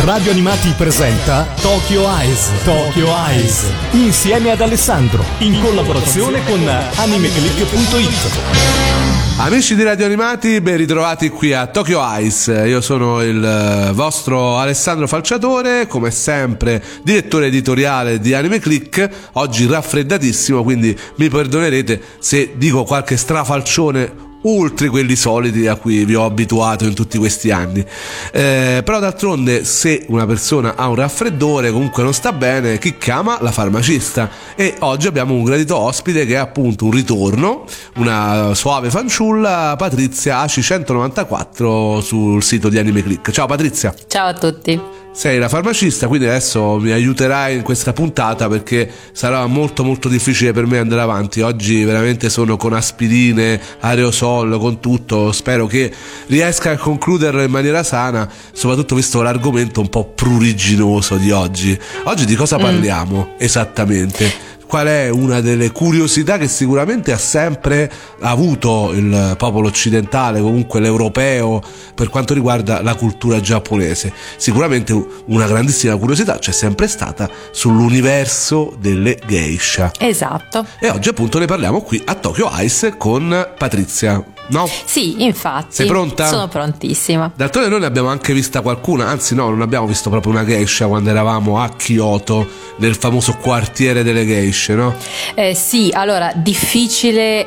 Radio Animati presenta Tokyo Eyes. Tokyo Eyes. Insieme ad Alessandro, in collaborazione con animeclick.it. Amici di Radio Animati, ben ritrovati qui a Tokyo Eyes. Io sono il vostro Alessandro Falciatore, come sempre direttore editoriale di Anime Click. Oggi raffreddatissimo, quindi mi perdonerete se dico qualche strafalcione oltre quelli soliti a cui vi ho abituato in tutti questi anni, però d'altronde se una persona ha un raffreddore, comunque non sta bene, chi chiama? La farmacista. E oggi abbiamo un gradito ospite che è appunto un ritorno, una suave fanciulla, Patrizia Aci 194 sul sito di Anime Click. Ciao Patrizia. Ciao a tutti. Sei la farmacista, quindi adesso mi aiuterai in questa puntata perché sarà molto difficile per me andare avanti. Oggi veramente sono con aspirine, aerosol, con tutto. Spero che riesca a concluderlo in maniera sana, soprattutto visto l'argomento un po' pruriginoso di oggi. Oggi di cosa parliamo esattamente? Qual è una delle curiosità che sicuramente ha sempre avuto il popolo occidentale, comunque l'europeo, per quanto riguarda la cultura giapponese? Sicuramente una grandissima curiosità c'è sempre stata sull'universo delle geisha. Esatto. E oggi appunto ne parliamo qui a Tokyo Eyes con Patrizia. No? Sì, infatti. Sei pronta? Sono prontissima. D'altronde noi ne abbiamo anche vista qualcuna, anzi no, non abbiamo visto proprio una geisha quando eravamo a Kyoto, nel famoso quartiere delle geishe, no? Sì, allora, difficile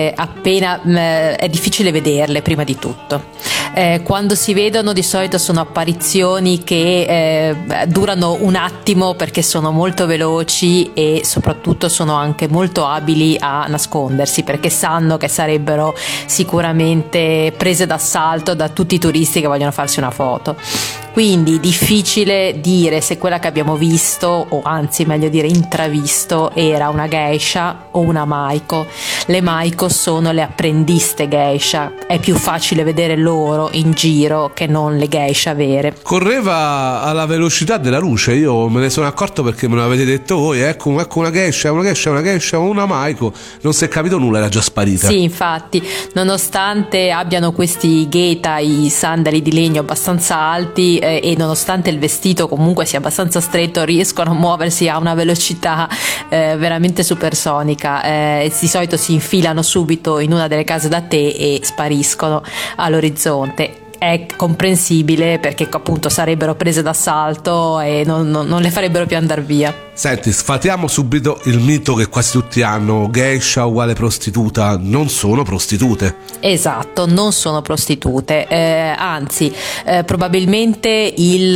è difficile vederle prima di tutto. Quando si vedono di solito sono apparizioni che durano un attimo perché sono molto veloci e soprattutto sono anche molto abili a nascondersi perché sanno che sarebbero sicuramente prese d'assalto da tutti i turisti che vogliono farsi una foto. Quindi difficile dire se quella che abbiamo visto, o anzi meglio dire intravisto, era una geisha o una maiko. Le maiko sono le apprendiste geisha, è più facile vedere loro in giro che non le geisha vere. Correva alla velocità della luce, io me ne sono accorto perché me lo avete detto voi, ecco una geisha, una maiko, non si è capito nulla, era già sparita. Sì, infatti, nonostante abbiano questi geta, i sandali di legno abbastanza alti, e nonostante il vestito comunque sia abbastanza stretto, riescono a muoversi a una velocità veramente supersonica. Di solito si infilano subito in una delle case da tè e spariscono all'orizzonte. È comprensibile perché appunto sarebbero prese d'assalto e non le farebbero più andare via. Senti, sfatiamo subito il mito che quasi tutti hanno: geisha uguale prostituta. Non sono prostitute. Esatto, non sono prostitute, anzi probabilmente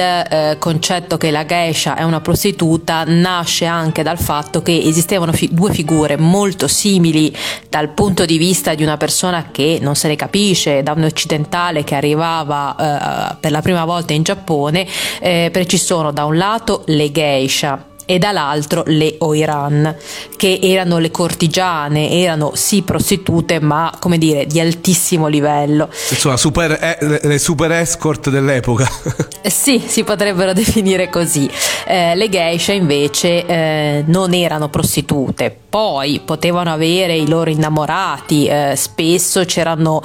il concetto che la geisha è una prostituta nasce anche dal fatto che esistevano due figure molto simili dal punto di vista di una persona che non se ne capisce, da un occidentale che arrivava per la prima volta in Giappone, perché ci sono da un lato le geisha e dall'altro le oiran, che erano le cortigiane, erano sì prostitute ma come dire di altissimo livello, insomma le super escort dell'epoca. Sì, si potrebbero definire così. Le geisha invece non erano prostitute, poi potevano avere i loro innamorati, spesso c'erano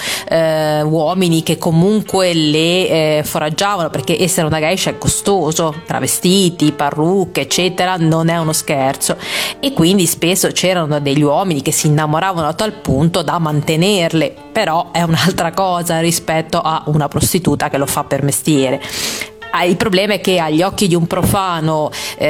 uomini che comunque le foraggiavano, perché essere una geisha è costoso, travestiti, parrucche eccetera, non è uno scherzo, e quindi spesso c'erano degli uomini che si innamoravano a tal punto da mantenerle, però è un'altra cosa rispetto a una prostituta che lo fa per mestiere. Il problema è che agli occhi di un profano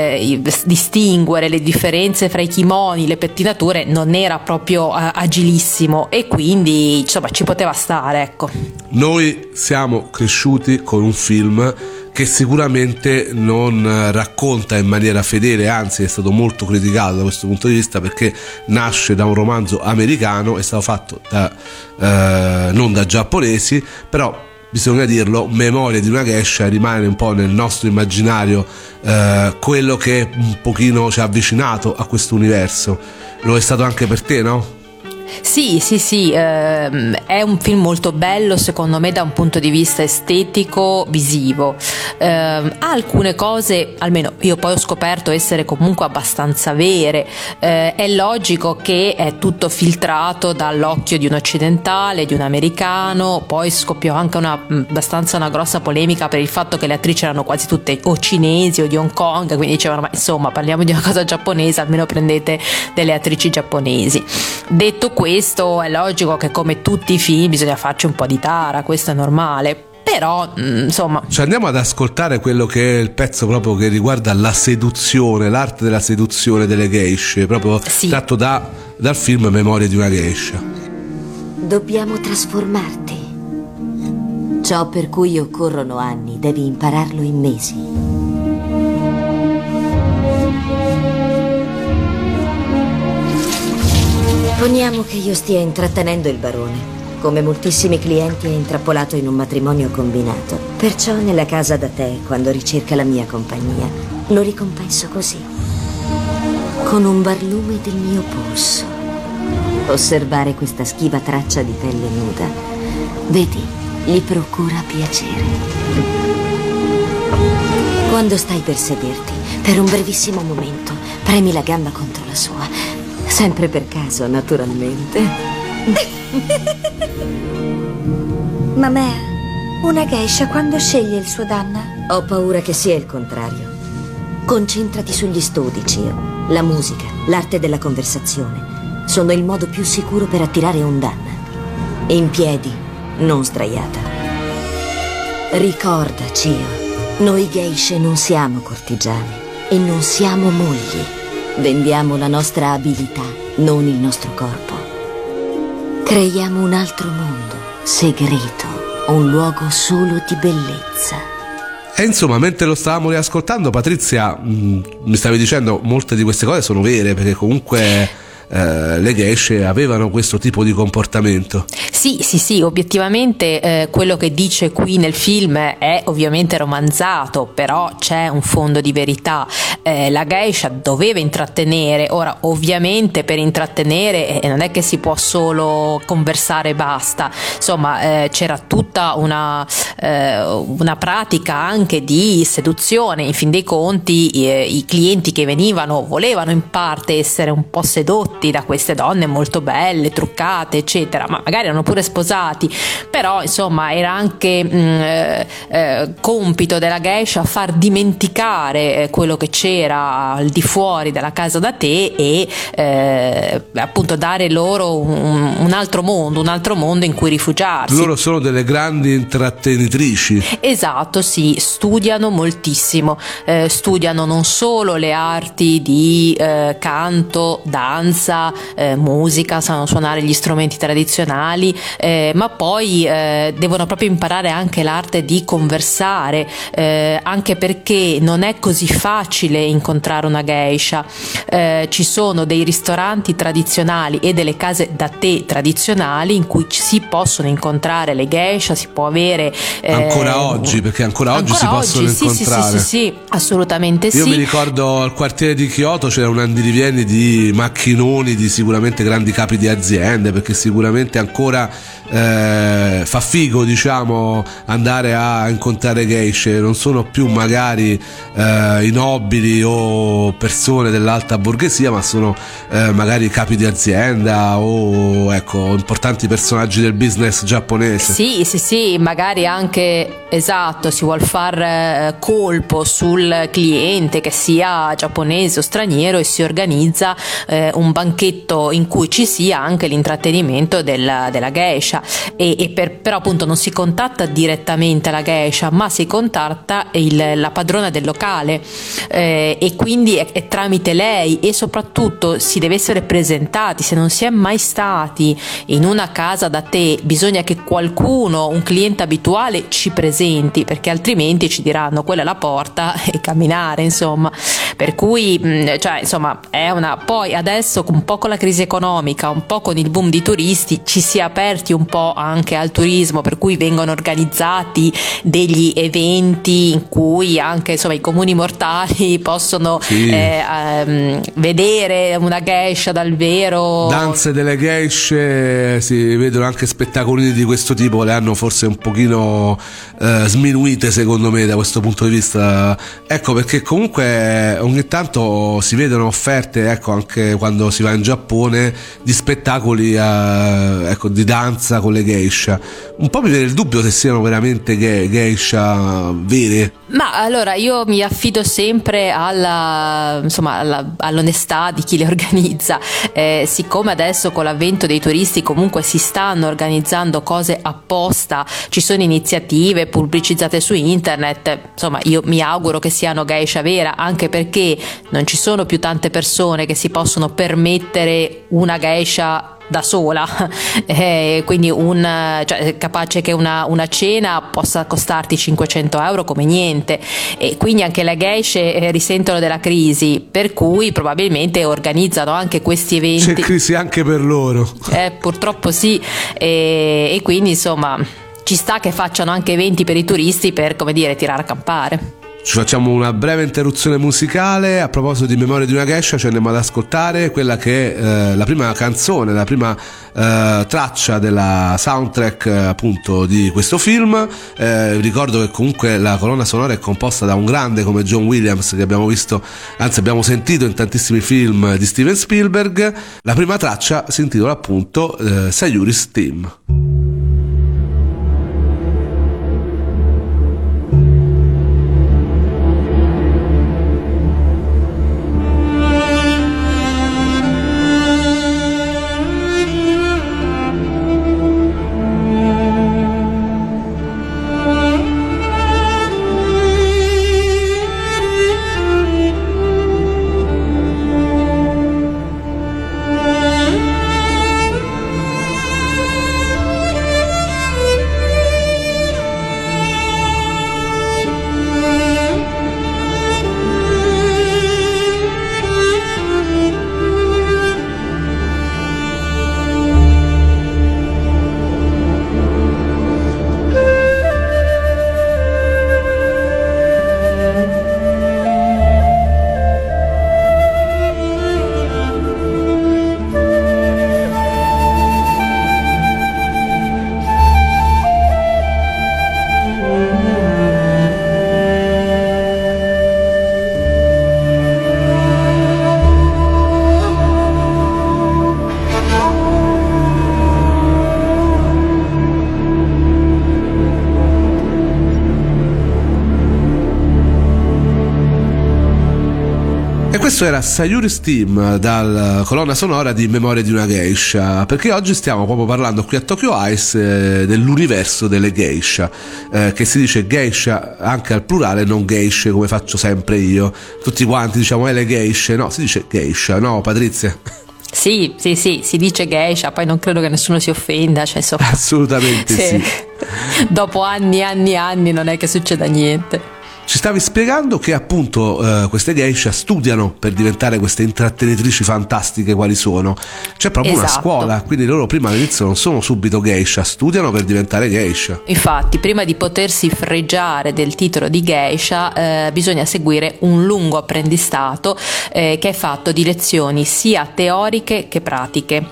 distinguere le differenze fra i kimoni, le pettinature non era proprio agilissimo, e quindi insomma ci poteva stare, ecco. Noi siamo cresciuti con un film che sicuramente non racconta in maniera fedele, anzi è stato molto criticato da questo punto di vista perché nasce da un romanzo americano, è stato fatto non da giapponesi, però bisogna dirlo, Memorie di una geisha rimane un po' nel nostro immaginario quello che un pochino ci ha avvicinato a questo universo. Lo è stato anche per te, no? Sì, è un film molto bello secondo me da un punto di vista estetico, visivo. Ha alcune cose, almeno io poi ho scoperto essere comunque abbastanza vere. È logico che è tutto filtrato dall'occhio di un occidentale, di un americano. Poi scoppiò anche abbastanza una grossa polemica per il fatto che le attrici erano quasi tutte o cinesi o di Hong Kong, quindi dicevano ma insomma parliamo di una cosa giapponese, almeno prendete delle attrici giapponesi. Detto questo, è logico che come tutti i film bisogna farci un po' di tara, questo è normale, però insomma. Cioè andiamo ad ascoltare quello che è il pezzo proprio che riguarda la seduzione, l'arte della seduzione delle geishe, proprio tratto dal film Memorie di una geisha. Dobbiamo trasformarti. Ciò per cui occorrono anni, devi impararlo in mesi. Supponiamo che io stia intrattenendo il barone. Come moltissimi clienti è intrappolato in un matrimonio combinato. Perciò nella casa da tè, quando ricerca la mia compagnia, lo ricompenso così. Con un barlume del mio polso. Osservare questa schiva traccia di pelle nuda, vedi, gli procura piacere. Quando stai per sederti, per un brevissimo momento, premi la gamba contro la sua. Sempre per caso, naturalmente. Mamma, una geisha quando sceglie il suo danna? Ho paura che sia il contrario. Concentrati sugli studi, Cio. La musica, l'arte della conversazione sono il modo più sicuro per attirare un danna. In piedi, non sdraiata. Ricorda, Cio, noi geishe non siamo cortigiane e non siamo mogli. Vendiamo la nostra abilità, non il nostro corpo. Creiamo un altro mondo, segreto, un luogo solo di bellezza. E insomma, mentre lo stavamo riascoltando, Patrizia, mi stavi dicendo molte di queste cose sono vere, perché comunque le geishe avevano questo tipo di comportamento. Sì, obiettivamente quello che dice qui nel film è ovviamente romanzato, però c'è un fondo di verità. La geisha doveva intrattenere. Ora, ovviamente per intrattenere non è che si può solo conversare e basta, insomma c'era tutta una pratica anche di seduzione. In fin dei conti i clienti che venivano volevano in parte essere un po' sedotti da queste donne molto belle, truccate, eccetera, ma magari erano pure sposati, però insomma era anche compito della geisha far dimenticare quello che c'era al di fuori della casa da tè e appunto dare loro un altro mondo in cui rifugiarsi. Loro sono delle grandi intrattenitrici. Esatto, sì, studiano moltissimo, studiano non solo le arti di canto, danza, musica, sanno suonare gli strumenti tradizionali, ma poi devono proprio imparare anche l'arte di conversare, anche perché non è così facile incontrare una geisha. Ci sono dei ristoranti tradizionali e delle case da tè tradizionali in cui si possono incontrare le geisha, si può avere ancora oggi, perché ancora oggi si possono incontrare. Sì, assolutamente. Io mi ricordo al quartiere di Kyoto c'era un andirivieni di macchinoni, di sicuramente grandi capi di aziende, perché sicuramente ancora fa figo, diciamo, andare a incontrare geishe. Non sono più magari i nobili o persone dell'alta borghesia, ma sono magari capi di azienda o ecco importanti personaggi del business giapponese. Sì, magari anche, esatto, si vuol far colpo sul cliente, che sia giapponese o straniero, e si organizza un banchetto in cui ci sia anche l'intrattenimento della geisha, però appunto non si contatta direttamente la geisha, ma si contatta la padrona del locale, e quindi è tramite lei, e soprattutto si deve essere presentati. Se non si è mai stati in una casa da tè, bisogna che qualcuno, un cliente abituale, ci presenti, perché altrimenti ci diranno quella è la porta e camminare, insomma. per cui cioè insomma poi adesso un po' con la crisi economica, un po' con il boom di turisti, ci si è aperti un po' anche al turismo, per cui vengono organizzati degli eventi in cui anche insomma i comuni mortali possono vedere una geisha dal vero. Danze delle geishe, si vedono anche spettacolini di questo tipo, le hanno forse un pochino sminuite secondo me da questo punto di vista, ecco perché comunque ogni tanto si vedono offerte, ecco, anche quando si va in Giappone, di spettacoli di danza con le geisha. Un po' mi viene il dubbio se siano veramente geisha vere. Ma allora io mi affido sempre all'onestà di chi le organizza, siccome adesso con l'avvento dei turisti comunque si stanno organizzando cose apposta, ci sono iniziative pubblicizzate su internet, insomma io mi auguro che siano geisha vera, anche perché non ci sono più tante persone che si possono permettere una geisha da sola, quindi capace che una cena possa costarti 500 euro come niente, e quindi anche le geishe risentono della crisi, per cui probabilmente organizzano anche questi eventi. C'è crisi anche per loro, purtroppo sì, e quindi insomma ci sta che facciano anche eventi per i turisti per, come dire, tirare a campare. Ci facciamo una breve interruzione musicale. A proposito di Memoria di una geisha, ci andiamo ad ascoltare quella che è la prima canzone, la prima traccia della soundtrack appunto di questo film. Ricordo che comunque la colonna sonora è composta da un grande come John Williams, che abbiamo visto, anzi abbiamo sentito in tantissimi film di Steven Spielberg. La prima traccia si intitola appunto Sayuri's Theme. Questo era Sayuri's Theme dalla colonna sonora di Memoria di una geisha, perché oggi stiamo proprio parlando qui a Tokyo Ice dell'universo delle geisha, che si dice geisha anche al plurale, non geishe come faccio sempre io. Tutti quanti diciamo le geishe, no, si dice geisha, no Patrizia? Sì, si dice geisha, poi non credo che nessuno si offenda, cioè insomma, assolutamente sì. Dopo anni non è che succeda niente. Ci stavi spiegando che appunto queste geisha studiano per diventare queste intrattenitrici fantastiche quali sono. C'è proprio una scuola, quindi loro prima all'inizio non sono subito geisha, studiano per diventare geisha. Infatti prima di potersi fregiare del titolo di geisha bisogna seguire un lungo apprendistato che è fatto di lezioni sia teoriche che pratiche.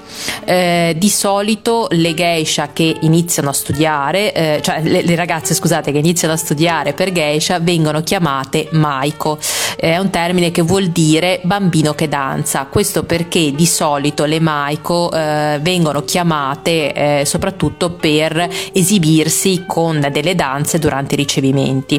Di solito le geisha che iniziano a studiare, cioè le ragazze scusate che iniziano a studiare per geisha vengono chiamate maiko, è un termine che vuol dire bambino che danza. Questo perché di solito le maiko vengono chiamate soprattutto per esibirsi con delle danze durante i ricevimenti.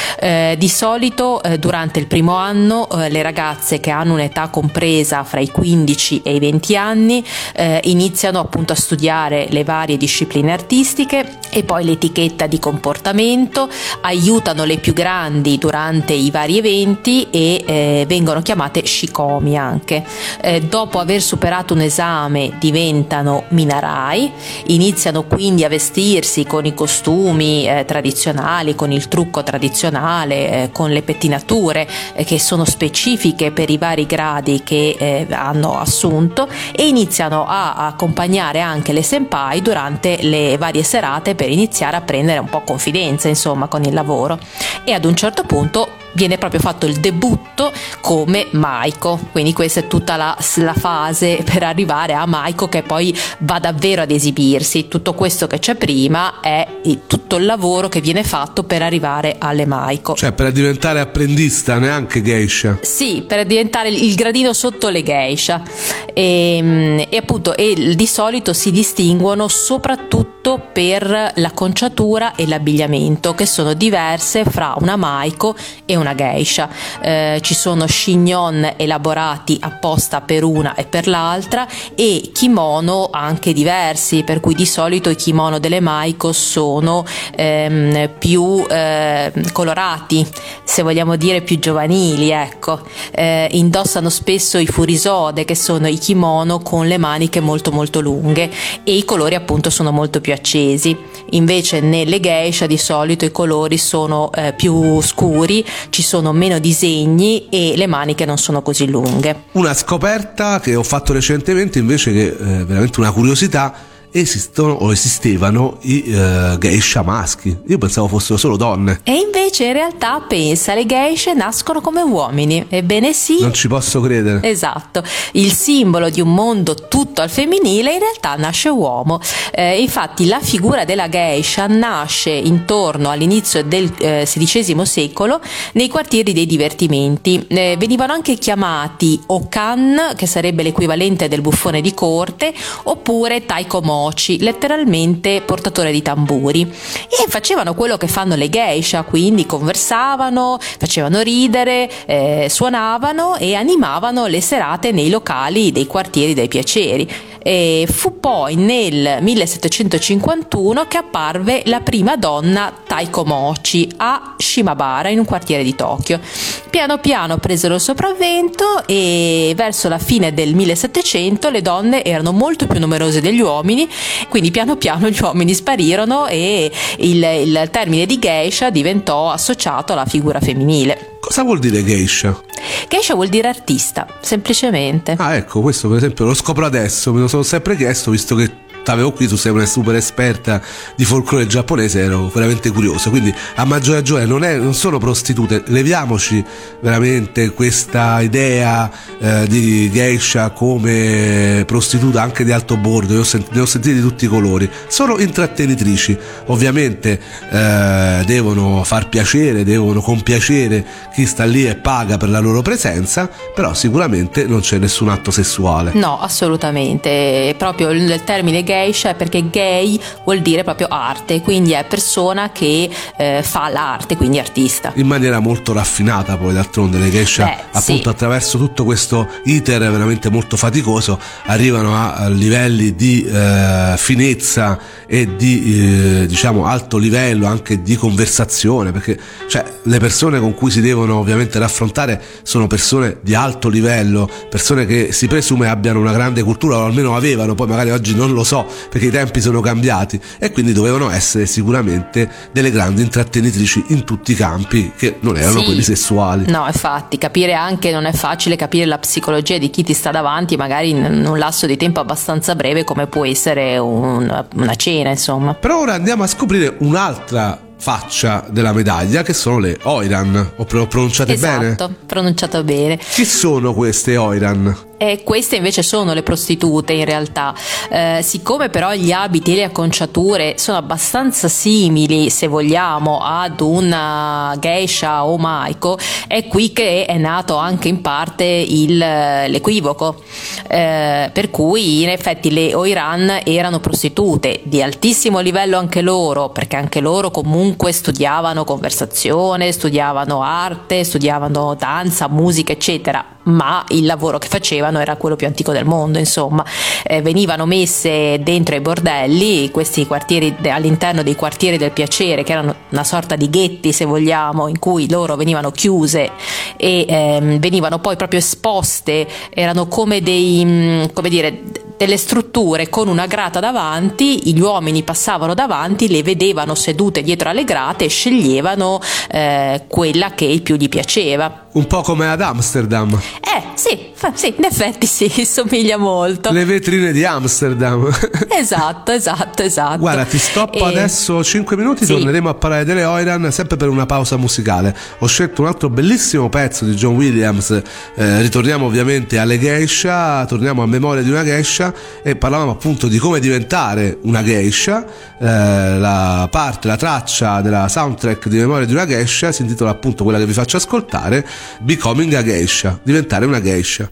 Di solito durante il primo anno le ragazze che hanno un'età compresa fra i 15 e i 20 anni iniziano appunto a studiare le varie discipline artistiche e poi l'etichetta di comportamento, aiutano le più grandi grandi durante i vari eventi e vengono chiamate shikomi anche. Dopo aver superato un esame diventano minarai, iniziano quindi a vestirsi con i costumi tradizionali, con il trucco tradizionale, con le pettinature che sono specifiche per i vari gradi che hanno assunto, e iniziano a accompagnare anche le senpai durante le varie serate per iniziare a prendere un po' confidenza, insomma, con il lavoro. E ad un certo punto viene proprio fatto il debutto come Maiko, quindi questa è tutta la fase per arrivare a Maiko, che poi va davvero ad esibirsi. Tutto questo che c'è prima è tutto il lavoro che viene fatto per arrivare alle Maiko, cioè per diventare apprendista, neanche geisha. Sì, per diventare il gradino sotto le geisha. E appunto di solito si distinguono soprattutto per l'acconciatura e l'abbigliamento, che sono diverse fra una Maiko e una geisha. Ci sono chignon elaborati apposta per una e per l'altra, e kimono anche diversi, per cui di solito i kimono delle Maiko sono più colorati, se vogliamo dire più giovanili, ecco. Indossano spesso i furisode, che sono i kimono con le maniche molto molto lunghe, e i colori appunto sono molto più accesi. Invece nelle geisha di solito i colori sono più scuri, ci sono meno disegni e le maniche non sono così lunghe. Una scoperta che ho fatto recentemente invece, che è veramente una curiosità: esistono o esistevano i geisha maschi. Io pensavo fossero solo donne. E invece in realtà, pensa, le geishe nascono come uomini. Ebbene sì. Non ci posso credere. Esatto. Il simbolo di un mondo tutto al femminile in realtà nasce uomo. Infatti la figura della geisha nasce intorno all'inizio del XVI secolo nei quartieri dei divertimenti. Venivano anche chiamati okan, che sarebbe l'equivalente del buffone di corte, oppure taikomochi, letteralmente portatore di tamburi, e facevano quello che fanno le geisha, quindi conversavano, facevano ridere, suonavano e animavano le serate nei locali dei quartieri dei piaceri. E fu poi nel 1751 che apparve la prima donna taikomochi a Shimabara, in un quartiere di Tokyo. Piano piano presero il sopravvento, e verso la fine del 1700 le donne erano molto più numerose degli uomini, quindi piano piano gli uomini sparirono e il termine di geisha diventò associato alla figura femminile. Cosa vuol dire geisha? Geisha vuol dire artista, semplicemente. Ah, ecco, questo per esempio lo scopro adesso, me lo sono sempre chiesto, visto che t'avevo qui, tu sei una super esperta di folklore giapponese, ero veramente curioso. Quindi a maggior ragione non sono prostitute. Leviamoci veramente questa idea di geisha come prostituta anche di alto bordo. Ne ho sentiti di tutti i colori. Sono intrattenitrici, ovviamente devono far piacere, devono compiacere chi sta lì e paga per la loro presenza, però sicuramente non c'è nessun atto sessuale. No, assolutamente. Proprio il termine geisha è perché gei vuol dire proprio arte, quindi è persona che fa l'arte, quindi artista. In maniera molto raffinata, poi d'altronde le geisha appunto sì, attraverso tutto questo iter veramente molto faticoso arrivano a livelli di finezza e di diciamo alto livello anche di conversazione, perché cioè le persone con cui si devono ovviamente raffrontare sono persone di alto livello, persone che si presume abbiano una grande cultura, o almeno avevano, poi magari oggi non lo so perché i tempi sono cambiati, e quindi dovevano essere sicuramente delle grandi intrattenitrici in tutti i campi, che non erano quelli sessuali. No, infatti capire anche, non è facile capire la psicologia di chi ti sta davanti magari in un lasso di tempo abbastanza breve come può essere una cena, insomma. Però ora andiamo a scoprire un'altra faccia della medaglia, che sono le oiran. Ho pronunciate bene? Esatto, pronunciato bene. Chi sono queste oiran? Queste invece sono le prostitute in realtà. Siccome però gli abiti e le acconciature sono abbastanza simili, se vogliamo, ad una geisha o maiko, è qui che è nato anche in parte l'equivoco, per cui in effetti le oiran erano prostitute di altissimo livello anche loro, perché anche loro comunque studiavano conversazione, studiavano arte, studiavano danza, musica eccetera, ma il lavoro che facevano piacevano, era quello più antico del mondo, insomma. Venivano messe dentro ai bordelli, questi quartieri all'interno dei quartieri del piacere, che erano una sorta di ghetti, se vogliamo, in cui loro venivano chiuse e venivano poi proprio esposte, erano come delle strutture con una grata davanti, gli uomini passavano davanti, le vedevano sedute dietro alle grate e sceglievano quella che il più gli piaceva. Un po' come ad Amsterdam. Sì, in effetti sì, somiglia molto. Le vetrine di Amsterdam. Esatto. Guarda, ti stoppo adesso 5 minuti, sì. Torneremo a parlare delle Oiran, sempre per una pausa musicale. Ho scelto un altro bellissimo pezzo di John Williams, ritorniamo ovviamente alle geisha, torniamo a memoria di una geisha e parlavamo appunto di come diventare una geisha. La traccia della soundtrack di Memoria di una geisha si intitola appunto quella che vi faccio ascoltare, Becoming a Geisha, diventare una geisha.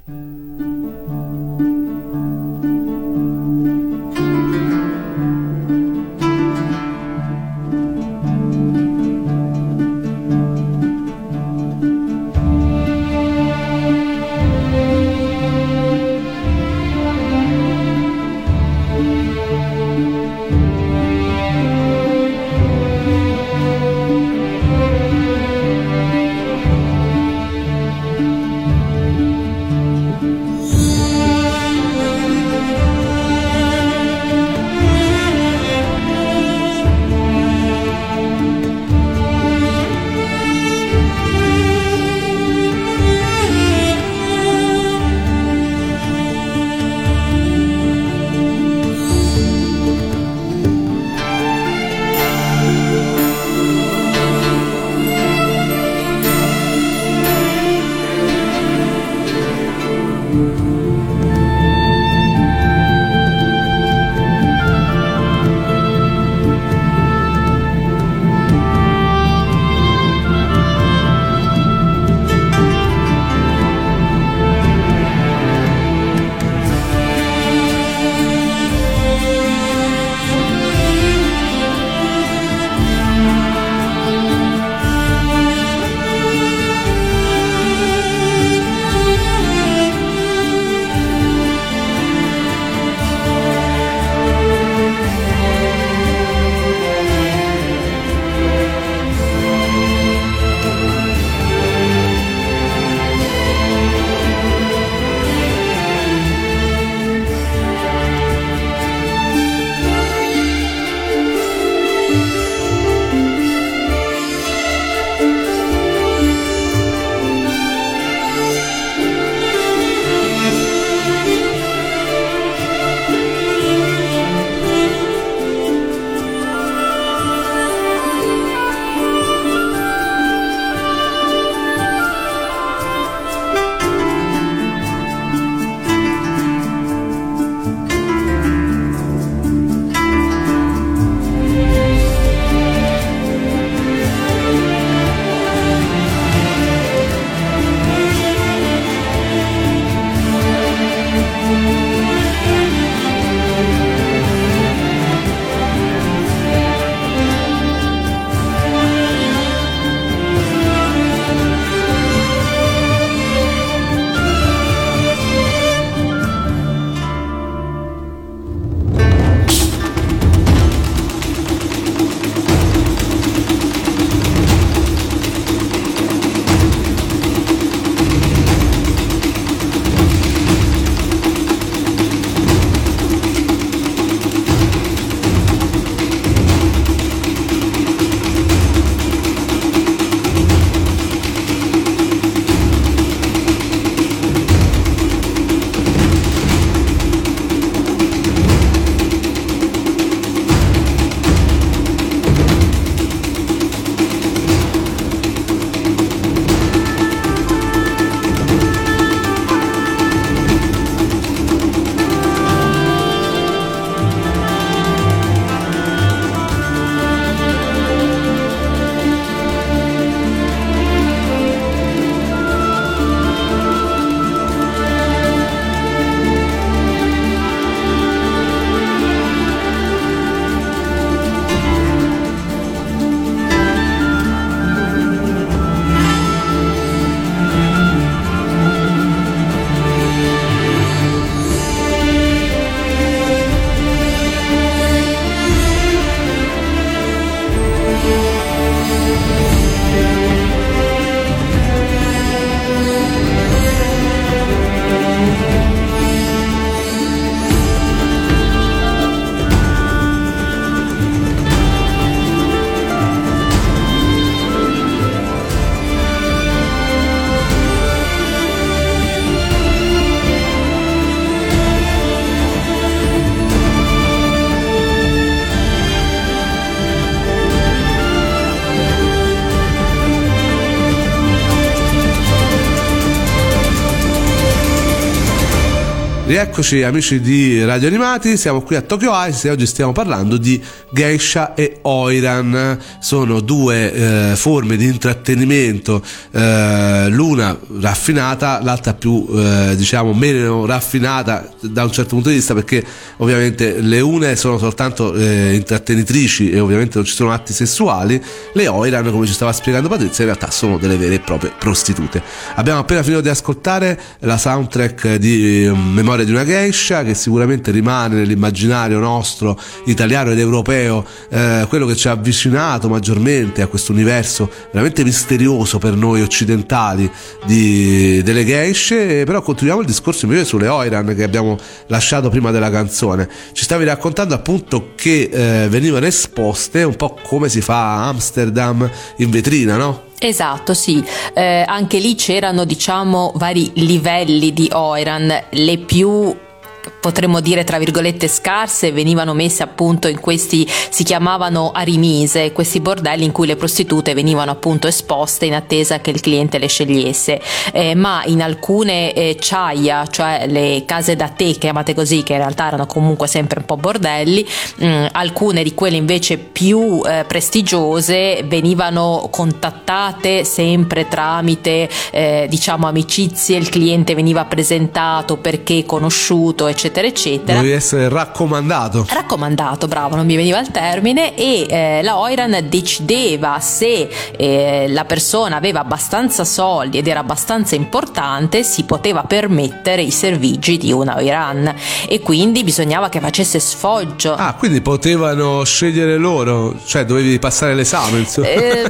Rieccoci amici di Radio Animati, siamo qui a Tokyo Ice e oggi stiamo parlando di geisha e oiran. Sono due forme di intrattenimento, l'una raffinata, l'altra più diciamo meno raffinata da un certo punto di vista, perché ovviamente le une sono soltanto intrattenitrici e ovviamente non ci sono atti sessuali. Le oiran, come ci stava spiegando Patrizia, in realtà sono delle vere e proprie prostitute. Abbiamo appena finito di ascoltare la soundtrack di Memoria di una geisha, che sicuramente rimane nell'immaginario nostro italiano ed europeo quello che ci ha avvicinato maggiormente a questo universo veramente misterioso per noi occidentali delle geishe. Però continuiamo il discorso invece sulle oiran che abbiamo lasciato prima della canzone. Ci stavi raccontando appunto che venivano esposte un po' come si fa a Amsterdam in vetrina, no? Esatto, sì, anche lì c'erano diciamo vari livelli di oiran. Le più, potremmo dire tra virgolette, scarse venivano messe appunto in questi, si chiamavano arimise, questi bordelli in cui le prostitute venivano appunto esposte in attesa che il cliente le scegliesse, ma in alcune chaya, cioè le case da tè chiamate così, che in realtà erano comunque sempre un po' bordelli, alcune di quelle invece più prestigiose venivano contattate sempre tramite diciamo amicizie, il cliente veniva presentato perché conosciuto, eccetera eccetera. Devi essere raccomandato, bravo, non mi veniva il termine. E la oiran decideva se la persona aveva abbastanza soldi ed era abbastanza importante, si poteva permettere i servigi di una oiran e quindi bisognava che facesse sfoggio. Quindi potevano scegliere loro, cioè dovevi passare l'esame, insomma.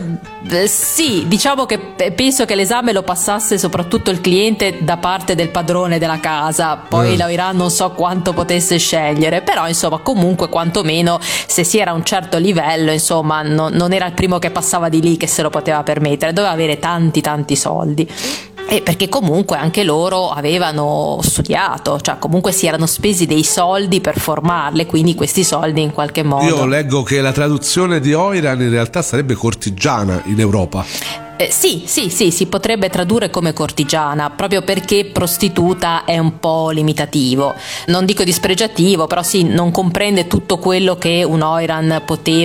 Sì, diciamo che penso che l'esame lo passasse soprattutto il cliente da parte del padrone della casa, poi la oiran non so quanto potesse scegliere, però insomma comunque quantomeno se si era a un certo livello, insomma non era il primo che passava di lì che se lo poteva permettere, doveva avere tanti soldi. E perché comunque anche loro avevano studiato, cioè comunque si erano spesi dei soldi per formarle, quindi questi soldi in qualche modo. Io leggo che la traduzione di oiran in realtà sarebbe cortigiana in Europa. Sì, si potrebbe tradurre come cortigiana, proprio perché prostituta è un po' limitativo, non dico dispregiativo, però sì, non comprende tutto quello che un oiran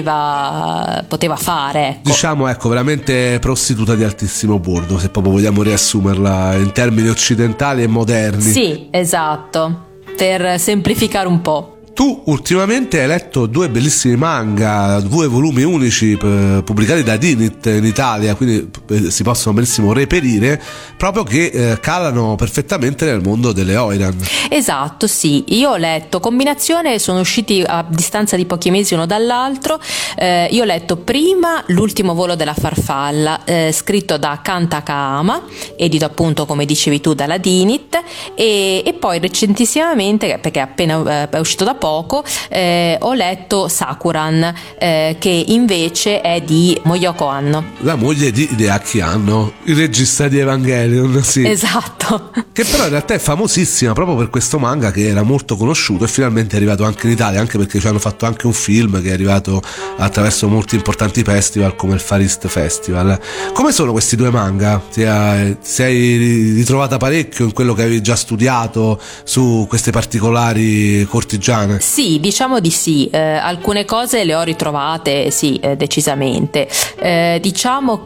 poteva fare, ecco. Diciamo, ecco, veramente prostituta di altissimo bordo, se proprio vogliamo riassumerla in termini occidentali e moderni. Sì, esatto, per semplificare un po'. Tu ultimamente hai letto due bellissimi manga, due volumi unici pubblicati da Dinit in Italia, quindi si possono benissimo reperire, proprio che calano perfettamente nel mondo delle oiran. Esatto, sì, io ho letto Combinazione, sono usciti a distanza di pochi mesi uno dall'altro. Io ho letto prima L'ultimo volo della farfalla, scritto da Kan Takahama, edito appunto come dicevi tu dalla Dinit, e poi recentissimamente, perché appena è uscito da poco, ho letto Sakuran, che invece è di Moyoko Anno, la moglie di Hideaki Anno, il regista di Evangelion, sì. Esatto. Che però in realtà è famosissima proprio per questo manga che era molto conosciuto e finalmente è arrivato anche in Italia, anche perché ci hanno fatto anche un film che è arrivato attraverso molti importanti festival come il Far East Festival. Come sono questi due manga? Ti sei ritrovata parecchio in quello che avevi già studiato su queste particolari cortigiane? Sì, diciamo di sì, alcune cose le ho ritrovate, sì, decisamente. Diciamo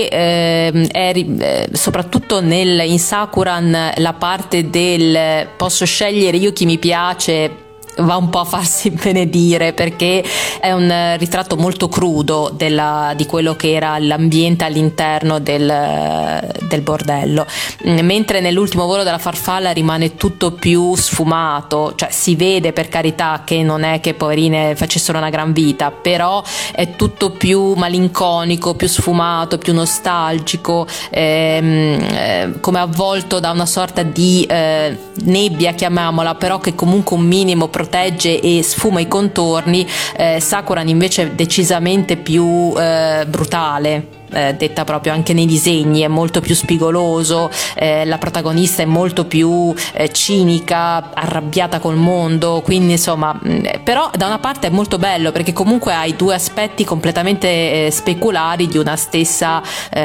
che soprattutto in Sakuran la parte del posso scegliere io chi mi piace va un po' a farsi benedire, perché è un ritratto molto crudo di quello che era l'ambiente all'interno del bordello, mentre nell'ultimo volo della farfalla rimane tutto più sfumato, cioè si vede per carità che non è che poverine facessero una gran vita, però è tutto più malinconico, più sfumato, più nostalgico, come avvolto da una sorta di nebbia, chiamiamola, però che comunque un minimo protegge e sfuma i contorni. Sakuran invece è decisamente più brutale. detta proprio anche nei disegni, è molto più spigoloso, la protagonista è molto più cinica, arrabbiata col mondo, quindi insomma, però da una parte è molto bello perché comunque hai due aspetti completamente speculari di una stessa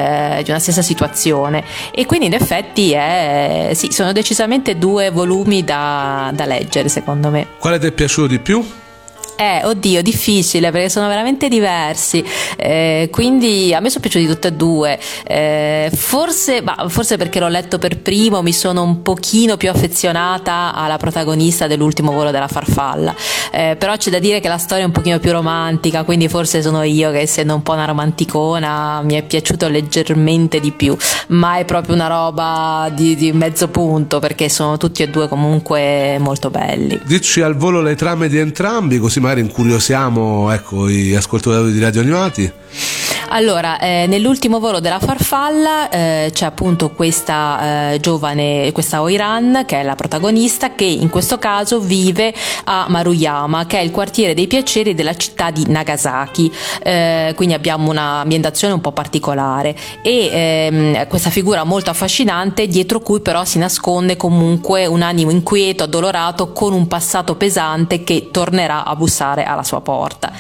situazione, e quindi in effetti sì, sono decisamente due volumi da leggere, secondo me. Quale ti è piaciuto di più? Oddio, difficile perché sono veramente diversi, quindi a me sono piaciuti tutti e due, forse perché l'ho letto per primo mi sono un pochino più affezionata alla protagonista dell'Ultimo volo della farfalla, però c'è da dire che la storia è un pochino più romantica, quindi forse sono io che, essendo un po' una romanticona, mi è piaciuto leggermente di più, ma è proprio una roba di mezzo punto perché sono tutti e due comunque molto belli. Dici al volo le trame di entrambi, così magari incuriosiamo gli ascoltatori di Radio Animati. Allora, nell'Ultimo volo della farfalla c'è appunto questa giovane, questa Oiran, che è la protagonista, che in questo caso vive a Maruyama, che è il quartiere dei piaceri della città di Nagasaki, quindi abbiamo un'ambientazione un po' particolare e questa figura molto affascinante, dietro cui però si nasconde comunque un animo inquieto, addolorato, con un passato pesante che tornerà a bussare alla sua porta.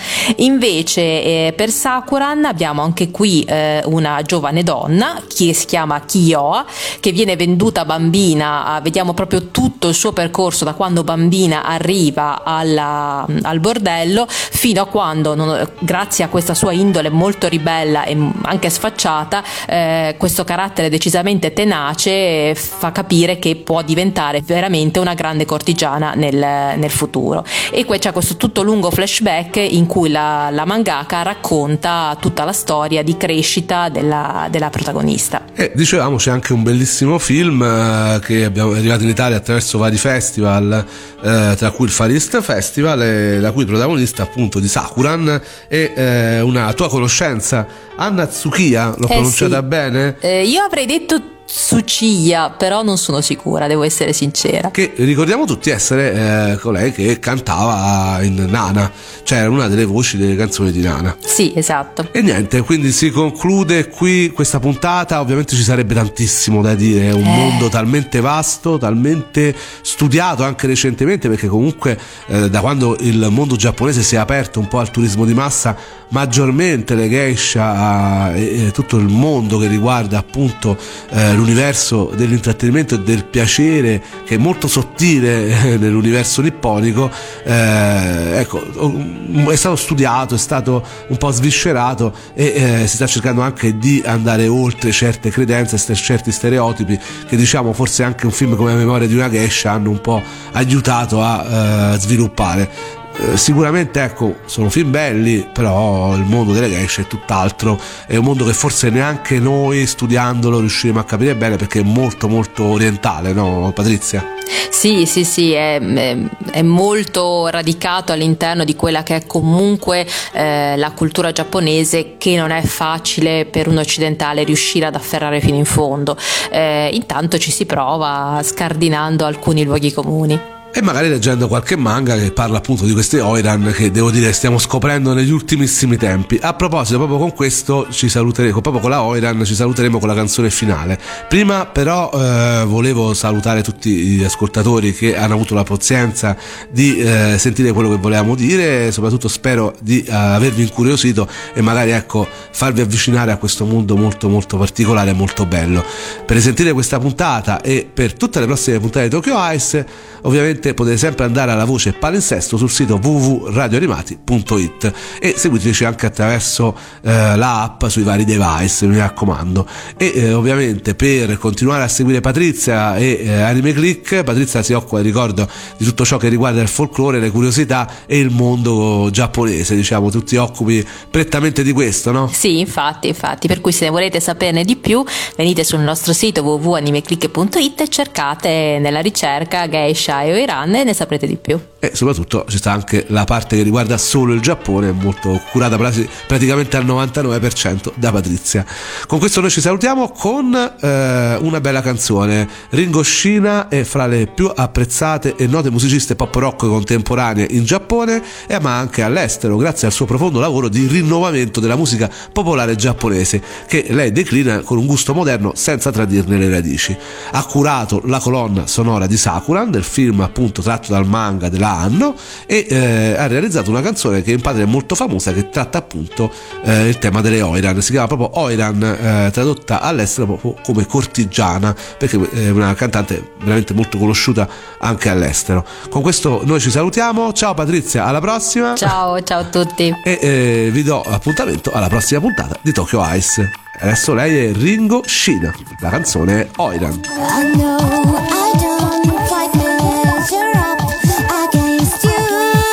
Invece per Sakuran abbiamo anche qui una giovane donna che si chiama Kiyoa, che viene venduta bambina, vediamo proprio tutto il suo percorso da quando bambina arriva al bordello fino a quando, grazie a questa sua indole molto ribella e anche sfacciata, questo carattere decisamente tenace fa capire che può diventare veramente una grande cortigiana nel futuro. E qui c'è questo tutto lungo flashback in cui la mangaka racconta tutta la storia di crescita della protagonista. E dicevamo c'è anche un bellissimo film che è arrivato in Italia attraverso vari festival, tra cui il Far East Festival, la cui protagonista appunto di Sakuran è una tua conoscenza, Anna Tsuchiya. L'ho pronunciata sì. Bene? Io avrei detto Tsuchiya, però non sono sicura, devo essere sincera. Che ricordiamo tutti essere colei che cantava in Nana, cioè era una delle voci delle canzoni di Nana. Sì, esatto. E niente, quindi si conclude qui questa puntata. Ovviamente ci sarebbe tantissimo da dire, è un mondo talmente vasto, talmente studiato anche recentemente, perché comunque da quando il mondo giapponese si è aperto un po' al turismo di massa, maggiormente le geisha e tutto il mondo che riguarda appunto l'universo dell'intrattenimento e del piacere, che è molto sottile nell'universo nipponico, è stato studiato, è stato un po' sviscerato e si sta cercando anche di andare oltre certe credenze, certi stereotipi che, diciamo, forse anche un film come Memoria di una geisha hanno un po' aiutato a sviluppare. Sicuramente sono film belli, però il mondo delle geisha è tutt'altro, è un mondo che forse neanche noi studiandolo riusciremo a capire bene, perché è molto molto orientale, no Patrizia? Sì, è molto radicato all'interno di quella che è comunque la cultura giapponese, che non è facile per un occidentale riuscire ad afferrare fino in fondo. Intanto ci si prova scardinando alcuni luoghi comuni. E magari leggendo qualche manga che parla appunto di queste Oiran, che devo dire stiamo scoprendo negli ultimissimi tempi. A proposito, proprio con questo ci saluteremo, proprio con la Oiran ci saluteremo con la canzone finale. Prima però volevo salutare tutti gli ascoltatori che hanno avuto la pazienza di sentire quello che volevamo dire, soprattutto spero di avervi incuriosito e magari farvi avvicinare a questo mondo molto molto particolare e molto bello. Per sentire questa puntata e per tutte le prossime puntate di Tokyo Ice, ovviamente potete sempre andare alla voce palinsesto sul sito www.radioanimati.it e seguiteci anche attraverso la app sui vari device, mi raccomando. E ovviamente per continuare a seguire Patrizia e Anime Click, Patrizia si occupa, ricordo, di tutto ciò che riguarda il folklore, le curiosità e il mondo giapponese, diciamo, tu ti occupi prettamente di questo, no? Sì, infatti, per cui se ne volete saperne di più venite sul nostro sito www.animeclick.it e cercate nella ricerca geisha e Oiran e ne saprete di più. E soprattutto ci sta anche la parte che riguarda solo il Giappone, molto curata praticamente al 99% da Patrizia. Con questo noi ci salutiamo con una bella canzone. Ringo Shiina è fra le più apprezzate e note musiciste pop rock contemporanee in Giappone, ma anche all'estero, grazie al suo profondo lavoro di rinnovamento della musica popolare giapponese, che lei declina con un gusto moderno senza tradirne le radici. Ha curato la colonna sonora di Sakuran, del film appunto tratto dal manga della Anno, e ha realizzato una canzone che in patria è molto famosa, che tratta appunto il tema delle Oiran. Si chiama proprio Oiran, tradotta all'estero proprio come cortigiana, perché è una cantante veramente molto conosciuta anche all'estero. Con questo noi ci salutiamo, ciao Patrizia, alla prossima. Ciao a tutti. E vi do appuntamento alla prossima puntata di Tokyo Ice. Adesso lei è Ringo Shiina, la canzone è Oiran. I know I don't quite measure up against you.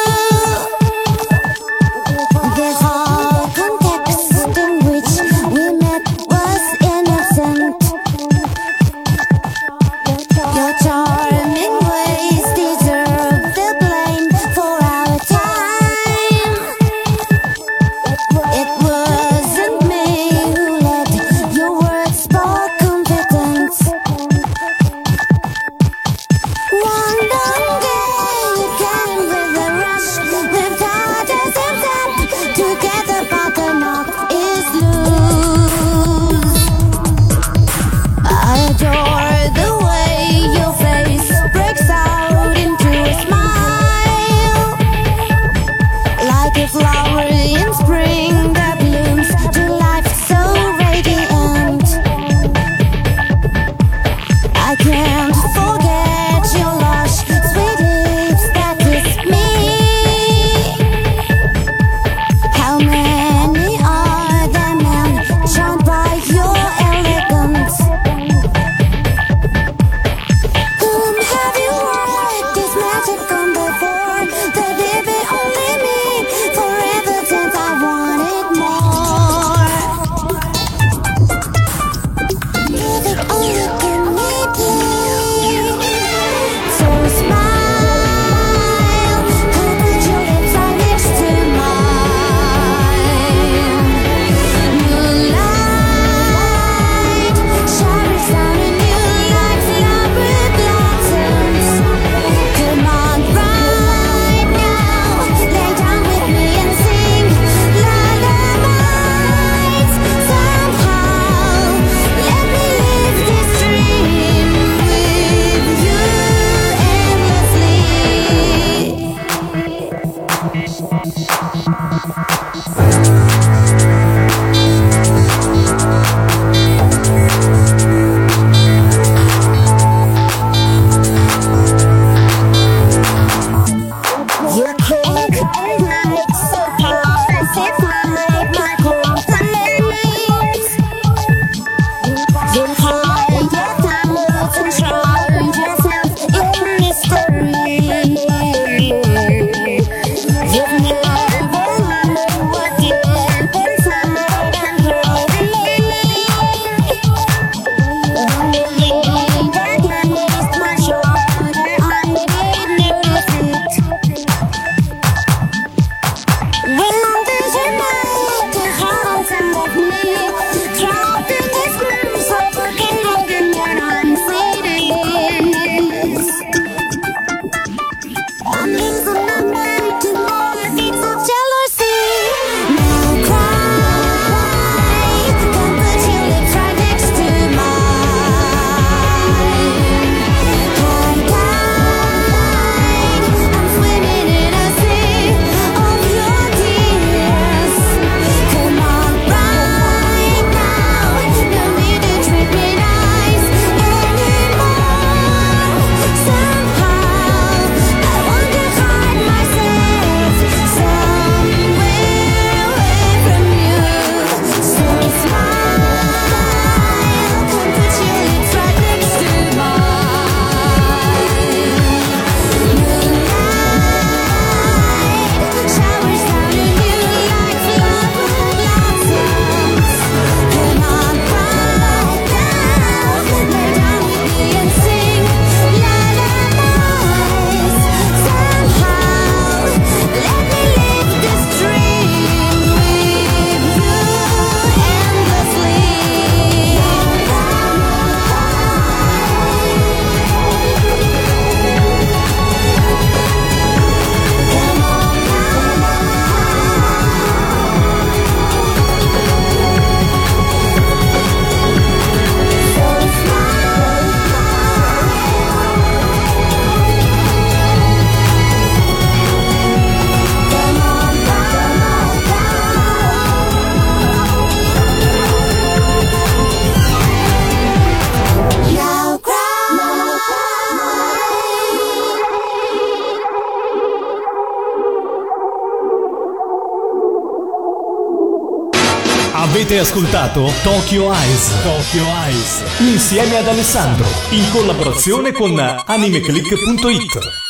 The whole context in which we met was innocent. Your charming ways deserve the blame for our time. It wasn't me who let your words spoke confidence. One long day you came with a rush, with heart as a tap, together but the knot is loose. I adore the way your face breaks out into a smile, like a flower in spring that blooms to life so radiant. I can't forget your lush, sweet lips, that kiss me. How many are there men charmed by your elegance? Avete ascoltato Tokyo Eyes. Tokyo Eyes. Insieme ad Alessandro. In collaborazione con animeclick.it.